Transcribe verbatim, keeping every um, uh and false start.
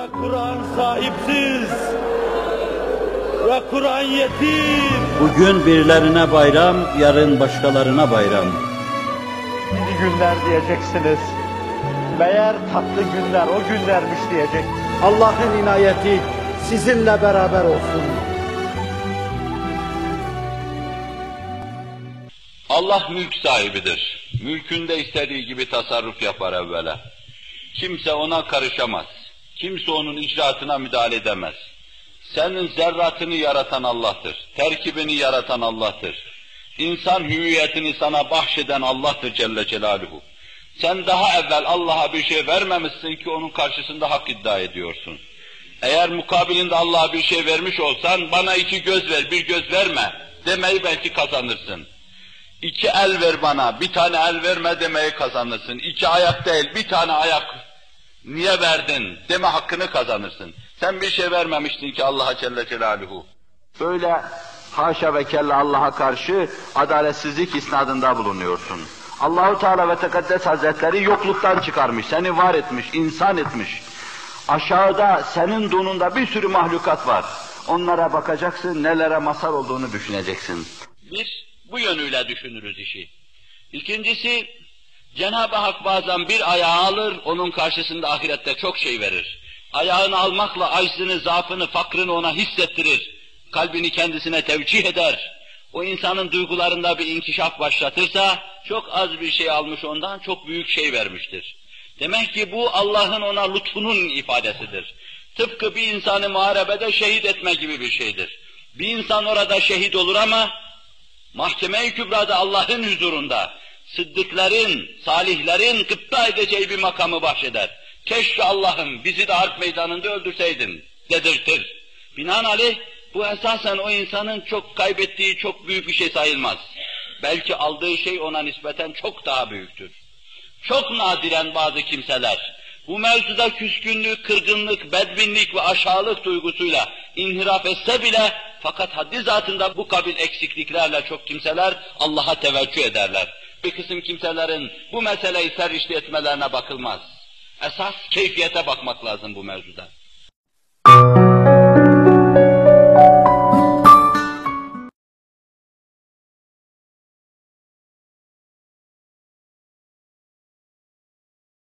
Ve Kur'an sahipsiz, ve Kur'an yetim. Bugün birilerine bayram, yarın başkalarına bayram. İyi günler diyeceksiniz. Meğer tatlı günler o günlermiş diyecek. Allah'ın inayeti sizinle beraber olsun. Allah mülk sahibidir. Mülkünde istediği gibi tasarruf yapar evvela. Kimse ona karışamaz. Kimse onun icraatına müdahale edemez. Senin zerratını yaratan Allah'tır. Terkibini yaratan Allah'tır. İnsan hüviyetini sana bahşeden Allah'tır Celle Celaluhu. Sen daha evvel Allah'a bir şey vermemişsin ki onun karşısında hak iddia ediyorsun. Eğer mukabilinde Allah'a bir şey vermiş olsan, bana iki göz ver, bir göz verme demeyi belki kazanırsın. İki el ver bana, bir tane el verme demeyi kazanırsın. İki ayak değil, bir tane ayak niye verdin deme hakkını kazanırsın. Sen bir şey vermemiştin ki Allah'a Celle Celaluhu. Böyle haşa ve kella Allah'a karşı adaletsizlik isnadında bulunuyorsun. Allahu Teala ve Tekaddes Hazretleri yokluktan çıkarmış, seni var etmiş, insan etmiş. Aşağıda senin donunda bir sürü mahlukat var. Onlara bakacaksın, nelere mazhar olduğunu düşüneceksin. Biz bu yönüyle düşünürüz işi. İkincisi, Cenab-ı Hak bazen bir ayağı alır, onun karşısında ahirette çok şey verir. Ayağını almakla aczini, zaafını, fakrını ona hissettirir. Kalbini kendisine tevcih eder. O insanın duygularında bir inkişaf başlatırsa, çok az bir şey almış ondan, çok büyük şey vermiştir. Demek ki bu Allah'ın ona lütfunun ifadesidir. Tıpkı bir insanı muharebede şehit etme gibi bir şeydir. Bir insan orada şehit olur ama, Mahkeme-i Kübra'da Allah'ın huzurunda, sıddıkların, salihlerin gıpta edeceği bir makamı bahşeder. Keşke Allah'ım bizi de harp meydanında öldürseydin dedirtir. Binaenaleyh bu esasen o insanın çok kaybettiği çok büyük bir şey sayılmaz. Belki aldığı şey ona nispeten çok daha büyüktür. Çok nadiren bazı kimseler bu mevzuda küskünlük, kırgınlık, bedbinlik ve aşağılık duygusuyla inhiraf etse bile fakat haddi zatında bu kabil eksikliklerle çok kimseler Allah'a teveccüh ederler. Bir kısım kimselerin bu meseleyi serişte etmelerine bakılmaz. Esas keyfiyete bakmak lazım bu mevzuda.